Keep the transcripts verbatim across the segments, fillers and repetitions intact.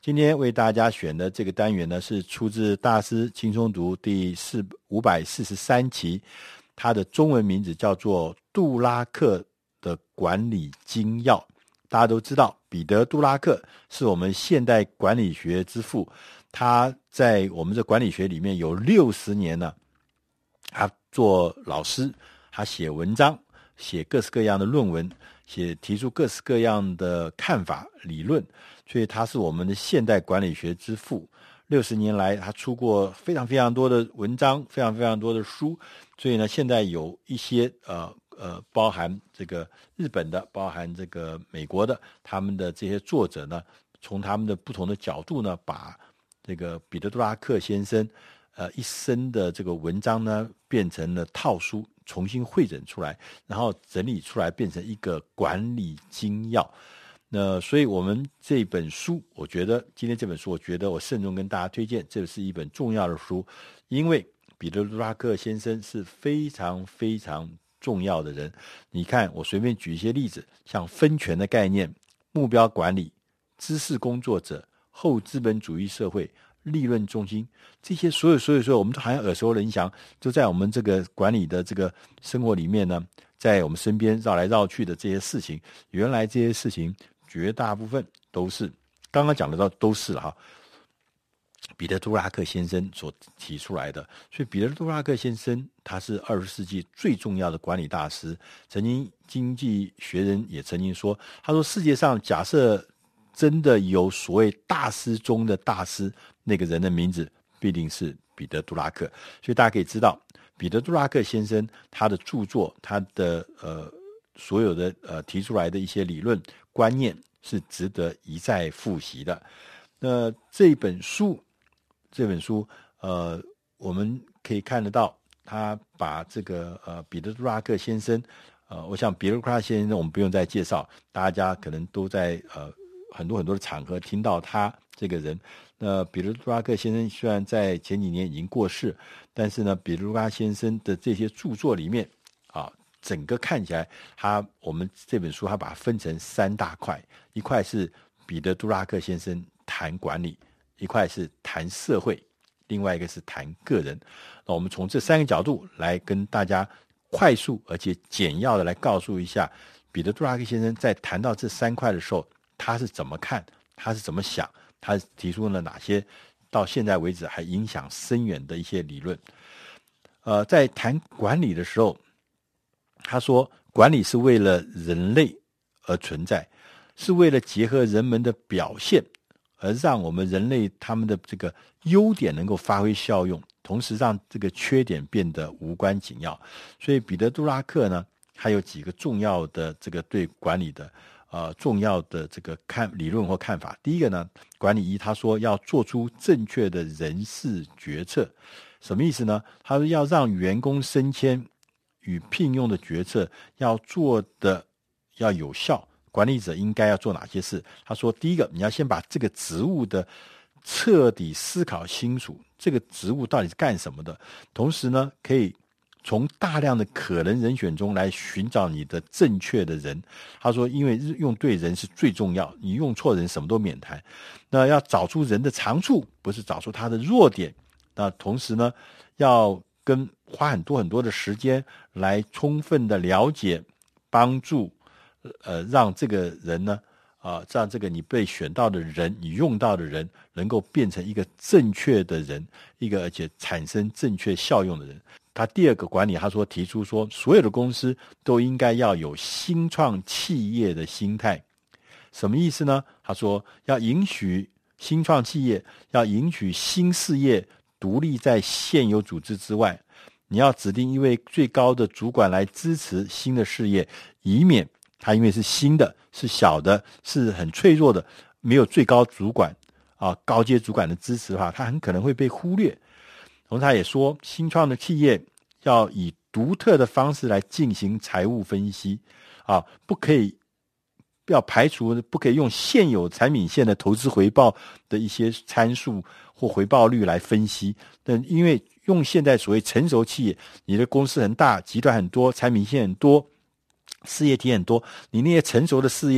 今天为大家选的这个单元呢，是出自大师轻松读第四五百四十三期，它的中文名字叫做杜拉克的管理精要。大家都知道，彼得·杜拉克是我们现代管理学之父，他在我们这管理学里面有六十年了，他做老师，他写文章，写各式各样的论文，写提出各式各样的看法理论，所以他是我们的现代管理学之父。六十年来，他出过非常非常多的文章，非常非常多的书，所以呢，现在有一些呃呃，包含这个日本的，包含这个美国的，他们的这些作者呢，从他们的不同的角度呢，把这个彼得·杜拉克先生呃一生的这个文章呢，变成了套书，重新汇整出来，然后整理出来，变成一个管理精要。那所以我们这本书，我觉得今天这本书，我觉得我慎重跟大家推荐，这是一本重要的书，因为彼得·杜拉克先生是非常非常重要的人。你看，我随便举一些例子，像分权的概念、目标管理、知识工作者、后资本主义社会、利润中心，这些所有所有所有，我们都好像耳熟能详，就在我们这个管理的这个生活里面呢，在我们身边绕来绕去的这些事情，原来这些事情绝大部分都是刚刚讲的到都是了哈，彼得·杜拉克先生所提出来的。所以彼得·杜拉克先生他是二十世纪最重要的管理大师。曾经经济学人也曾经说，他说世界上假设真的有所谓大师中的大师，那个人的名字必定是彼得·杜拉克。所以大家可以知道，彼得·杜拉克先生他的著作，他的呃所有的呃提出来的一些理论观念是值得一再复习的。那这本书这本书呃我们可以看得到，他把这个呃彼得·杜拉克先生呃我想彼得·杜拉克先生我们不用再介绍，大家可能都在呃很多很多的场合听到他这个人。那彼得·杜拉克先生虽然在前几年已经过世，但是呢，彼得·杜拉克先生的这些著作里面啊，整个看起来，他我们这本书他把它分成三大块，一块是彼得·杜拉克先生谈管理，一块是谈社会，另外一个是谈个人。那我们从这三个角度来跟大家快速而且简要的来告诉一下，彼得·杜拉克先生在谈到这三块的时候，他是怎么看，他是怎么想，他提出了哪些到现在为止还影响深远的一些理论。呃，在谈管理的时候，他说管理是为了人类而存在，是为了结合人们的表现，而让我们人类他们的这个优点能够发挥效用，同时让这个缺点变得无关紧要。所以彼得·杜拉克呢，还有几个重要的这个对管理的呃重要的这个看理论或看法。第一个呢，管理一，他说要做出正确的人事决策。什么意思呢？他说要让员工升迁与聘用的决策要做的要有效，管理者应该要做哪些事？他说，第一个，你要先把这个职务的彻底思考清楚，这个职务到底是干什么的，同时呢，可以从大量的可能人选中来寻找你的正确的人。他说，因为用对人是最重要，你用错人什么都免谈。那要找出人的长处，不是找出他的弱点。那同时呢，要跟花很多很多的时间来充分的了解，帮助呃让这个人呢啊、呃，让这个你被选到的人，你用到的人能够变成一个正确的人，一个而且产生正确效用的人。他第二个管理，他说提出说，所有的公司都应该要有新创企业的心态。什么意思呢？他说要允许新创企业，要允许新事业独立在现有组织之外，你要指定一位最高的主管来支持新的事业，以免它因为是新的，是小的，是很脆弱的，没有最高主管啊高阶主管的支持的话，它很可能会被忽略。同时他也说，新创的企业要以独特的方式来进行财务分析啊，不可以要排除，不可以用现有产品线的投资回报的一些参数或回报率来分析。但因为用现在所谓成熟企业，你的公司很大，集团很多，产品线很多，事业体很多，你那些成熟的事业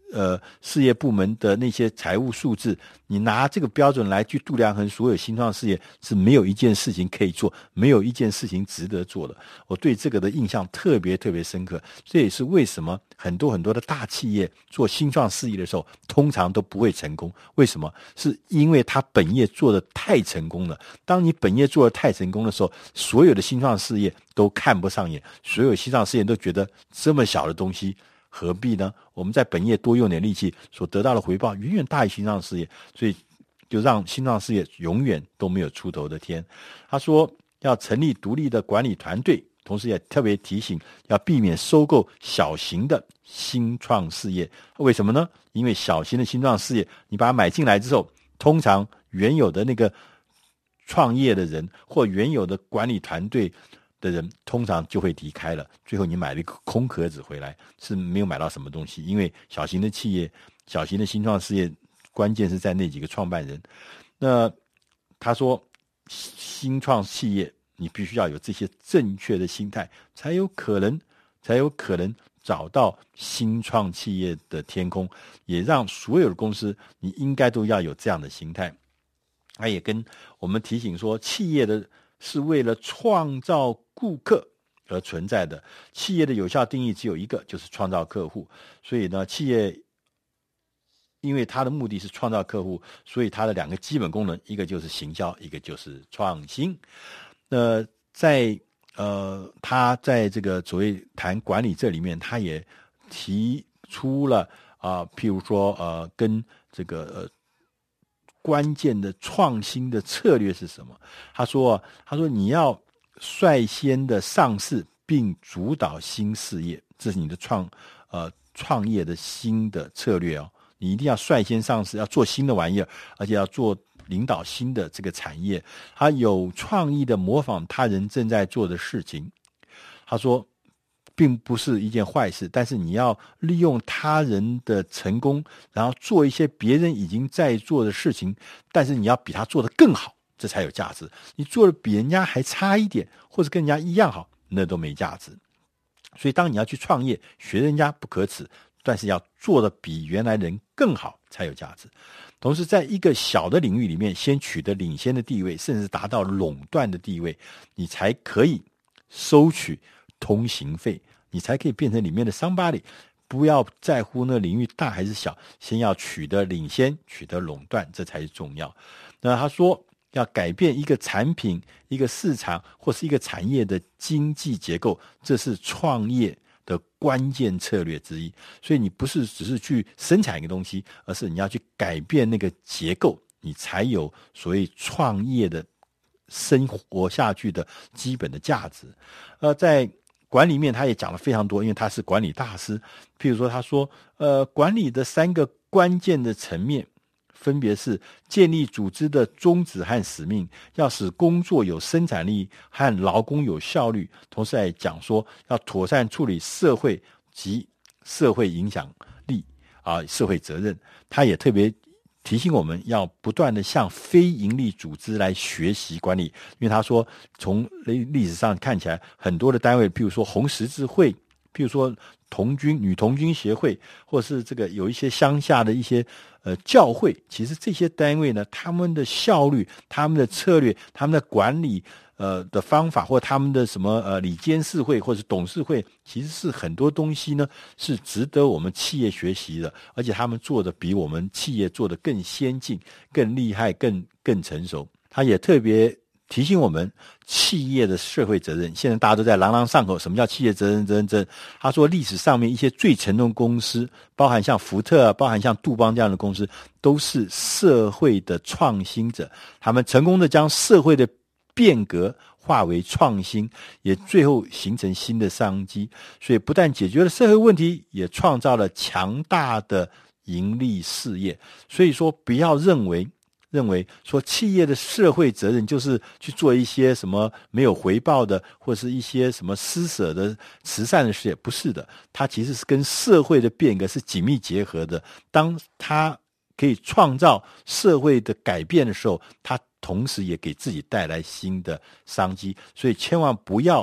呃事业部门的那些财务数字，你拿这个标准来去度量衡所有新创事业，是没有一件事情可以做，没有一件事情值得做的。我对这个的印象特别特别深刻，这也是为什么很多很多的大企业做新创事业的时候通常都不会成功。为什么？是因为他本业做得太成功了。当你本业做得太成功的时候，所有的新创事业都看不上眼，所有新创事业都觉得这么小的东西何必呢？我们在本业多用点力气，所得到的回报远远大于新创事业，所以就让新创事业永远都没有出头的天。他说要成立独立的管理团队，同时也特别提醒要避免收购小型的新创事业。为什么呢？因为小型的新创事业你把它买进来之后，通常原有的那个创业的人或原有的管理团队的人通常就会离开了，最后你买了一个空壳子回来，是没有买到什么东西。因为小型的企业，小型的新创事业，关键是在那几个创办人。那他说新创企业你必须要有这些正确的心态，才有可能才有可能找到新创企业的天空，也让所有的公司你应该都要有这样的心态。他也跟我们提醒说，企业的是为了创造顾客而存在的，企业的有效定义只有一个，就是创造客户。所以呢，企业因为它的目的是创造客户，所以它的两个基本功能，一个就是行销，一个就是创新。那在呃，他在这个所谓谈管理这里面，他也提出了啊、呃，譬如说呃，跟这个呃。关键的创新的策略是什么？他说他说你要率先的上市并主导新事业，这是你的创呃创业的新的策略哦。你一定要率先上市，要做新的玩意儿，而且要做领导新的这个产业。他有创意的模仿他人正在做的事情。他说并不是一件坏事，但是你要利用他人的成功，然后做一些别人已经在做的事情，但是你要比他做得更好，这才有价值。你做的比人家还差一点，或者跟人家一样好，那都没价值。所以当你要去创业，学人家不可耻，但是要做的比原来人更好才有价值。同时在一个小的领域里面先取得领先的地位，甚至达到垄断的地位，你才可以收取通行费，你才可以变成里面的 somebody。 不要在乎那领域大还是小，先要取得领先，取得垄断，这才是重要。那他说要改变一个产品、一个市场或是一个产业的经济结构，这是创业的关键策略之一。所以你不是只是去生产一个东西，而是你要去改变那个结构，你才有所谓创业的生活下去的基本的价值。呃，在管理面他也讲了非常多，因为他是管理大师。譬如说他说呃，管理的三个关键的层面分别是建立组织的宗旨和使命，要使工作有生产力和劳工有效率，同时还讲说要妥善处理社会及社会影响力啊，社会责任。他也特别提醒我们要不断的向非营利组织来学习管理，因为他说从历史上看起来，很多的单位，譬如说红十字会，譬如说童军女童军协会，或是这个有一些乡下的一些呃教会，其实这些单位呢，他们的效率、他们的策略、他们的管理呃的方法，或他们的什么呃理监事会或是董事会，其实是很多东西呢是值得我们企业学习的，而且他们做的比我们企业做的更先进、更厉害、更更成熟。他也特别提醒我们企业的社会责任，现在大家都在朗朗上口，什么叫企业责任责任责任？他说历史上面一些最成功的公司，包含像福特，包含像杜邦这样的公司，都是社会的创新者，他们成功的将社会的变革化为创新，也最后形成新的商机。所以不但解决了社会问题，也创造了强大的盈利事业。所以说不要认为认为说企业的社会责任就是去做一些什么没有回报的，或是一些什么施舍的慈善的事业，不是的，它其实是跟社会的变革是紧密结合的。当它可以创造社会的改变的时候，它同时也给自己带来新的商机。所以千万不要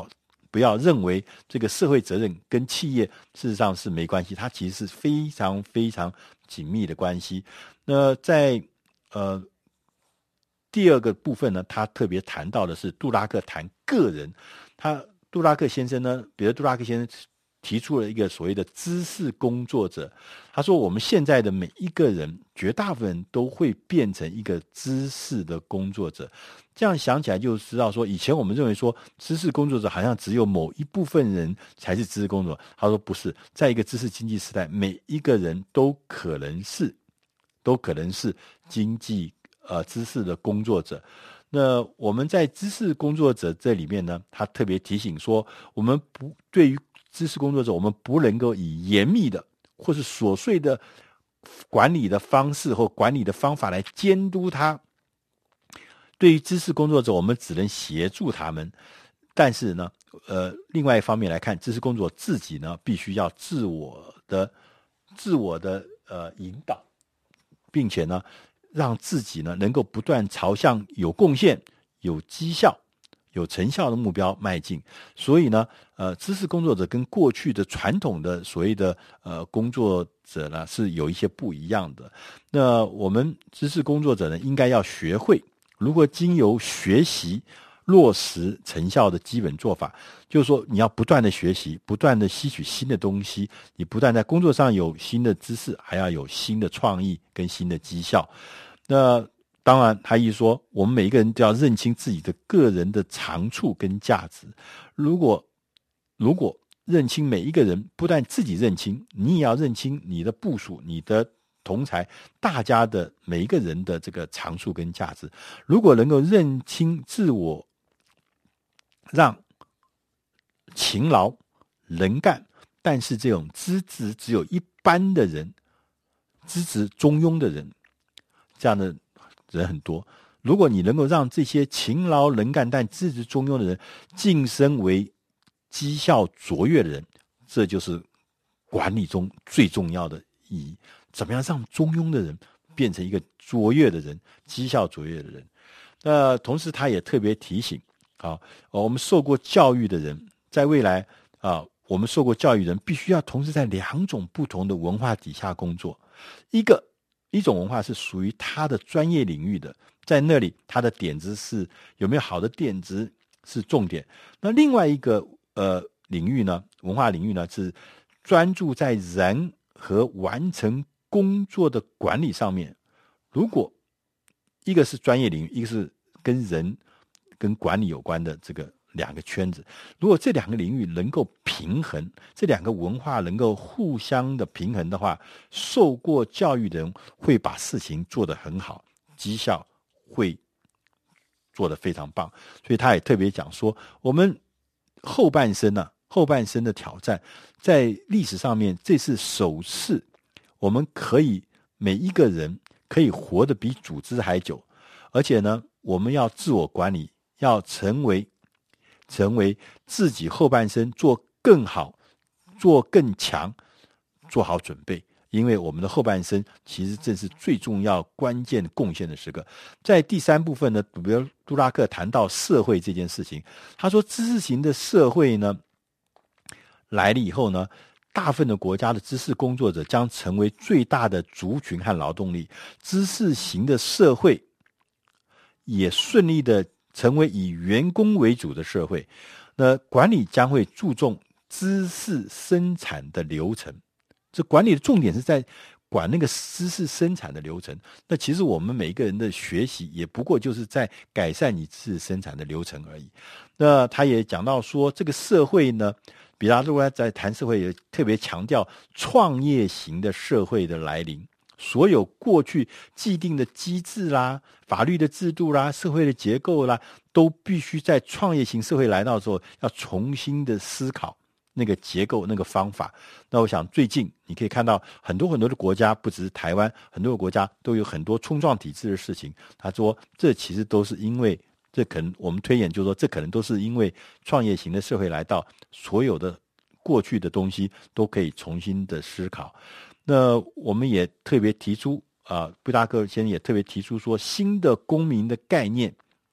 不要认为这个社会责任跟企业事实上是没关系，它其实是非常非常紧密的关系。那在呃第二个部分呢，他特别谈到的是杜拉克谈个人，他杜拉克先生呢，彼得杜拉克先生提出了一个所谓的知识工作者。他说我们现在的每一个人，绝大部分人都会变成一个知识的工作者。这样想起来就知道说，以前我们认为说知识工作者好像只有某一部分人才是知识工作者。他说不是，在一个知识经济时代，每一个人都可能是都可能是经济呃知识的工作者。那我们在知识工作者这里面呢，他特别提醒说，我们不对于知识工作者，我们不能够以严密的或是琐碎的管理的方式或管理的方法来监督他。对于知识工作者，我们只能协助他们，但是呢，呃，另外一方面来看，知识工作者自己呢，必须要自我的、自我的呃引导，并且呢，让自己呢能够不断朝向有贡献、有绩效、有成效的目标迈进。所以呢，呃，知识工作者跟过去的传统的所谓的呃工作者呢是有一些不一样的。那我们知识工作者呢，应该要学会如果经由学习落实成效的基本做法，就是说你要不断的学习，不断的吸取新的东西，你不但在工作上有新的知识，还要有新的创意跟新的绩效。那当然他一说我们每一个人都要认清自己的个人的长处跟价值。如果如果认清每一个人，不但自己认清，你也要认清你的部属、你的同才，大家的每一个人的这个长处跟价值。如果能够认清自我，让勤劳能干但是这种资质只有一般的人，资质中庸的人，这样的人很多。如果你能够让这些勤劳能干但资质中庸的人晋升为绩效卓越的人，这就是管理中最重要的意义。怎么样让中庸的人变成一个卓越的人，绩效卓越的人？那同时他也特别提醒啊，我们受过教育的人，在未来啊，我们受过教育的人必须要同时在两种不同的文化底下工作。一个一种文化是属于他的专业领域的，在那里他的点子是有没有好的点子是重点。那另外一个呃领域呢，文化领域呢，是专注在人和完成工作的管理上面。如果一个是专业领域，一个是跟人跟管理有关的这个两个圈子，如果这两个领域能够平衡，这两个文化能够互相的平衡的话，受过教育的人会把事情做得很好，绩效会做得非常棒。所以他也特别讲说，我们后半生呢、啊，后半生的挑战，在历史上面这是首次我们可以每一个人可以活得比组织还久，而且呢，我们要自我管理，要成为成为自己后半生做更好、做更强，做好准备。因为我们的后半生其实正是最重要、关键贡献的时刻。在第三部分呢，比如杜拉克谈到社会这件事情，他说，知识型的社会呢来了以后呢，大部分的国家的知识工作者将成为最大的族群和劳动力。知识型的社会也顺利的成为以员工为主的社会。那管理将会注重知识生产的流程。这管理的重点是在管那个知识生产的流程。那其实我们每一个人的学习也不过就是在改善你知识生产的流程而已。那他也讲到说，这个社会呢，比拉多在谈社会也特别强调创业型的社会的来临。所有过去既定的机制啦、法律的制度啦、社会的结构啦，都必须在创业型社会来到之后要重新的思考那个结构、那个方法。那我想最近你可以看到很多很多的国家，不只是台湾，很多的国家都有很多冲撞体制的事情。他说这其实都是因为，这可能我们推演就是说，这可能都是因为创业型的社会来到，所有的过去的东西都可以重新的思考。那我们也特别提出啊，布拉克先生也特别提出说，新的公民的概念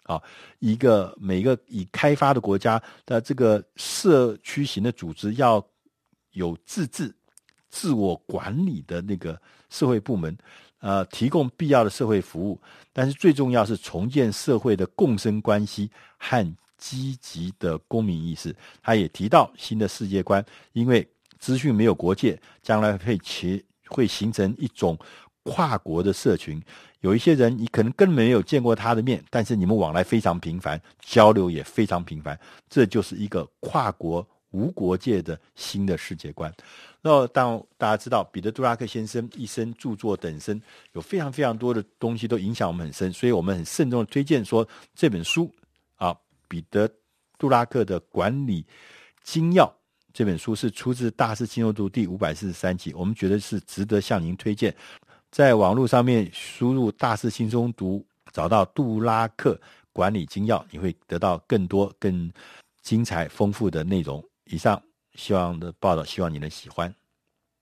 啊，一个每个已开发的国家的这个社区型的组织要有自治、自我管理的那个社会部门，呃，提供必要的社会服务，但是最重要是重建社会的共生关系和积极的公民意识。他也提到新的世界观，因为资讯没有国界，将来会其会形成一种跨国的社群。有一些人你可能根本没有见过他的面，但是你们往来非常频繁，交流也非常频繁，这就是一个跨国无国界的新的世界观。那当大家知道彼得·杜拉克先生一生著作等身，有非常非常多的东西都影响我们很深，所以我们很慎重的推荐说这本书啊，彼得·杜拉克的管理精要，这本书是出自《大师轻松读》第五百四十三集，我们觉得是值得向您推荐。在网络上面输入大师轻松读，找到杜拉克管理精要，你会得到更多更精彩丰富的内容。以上希望的报道，希望你能喜欢。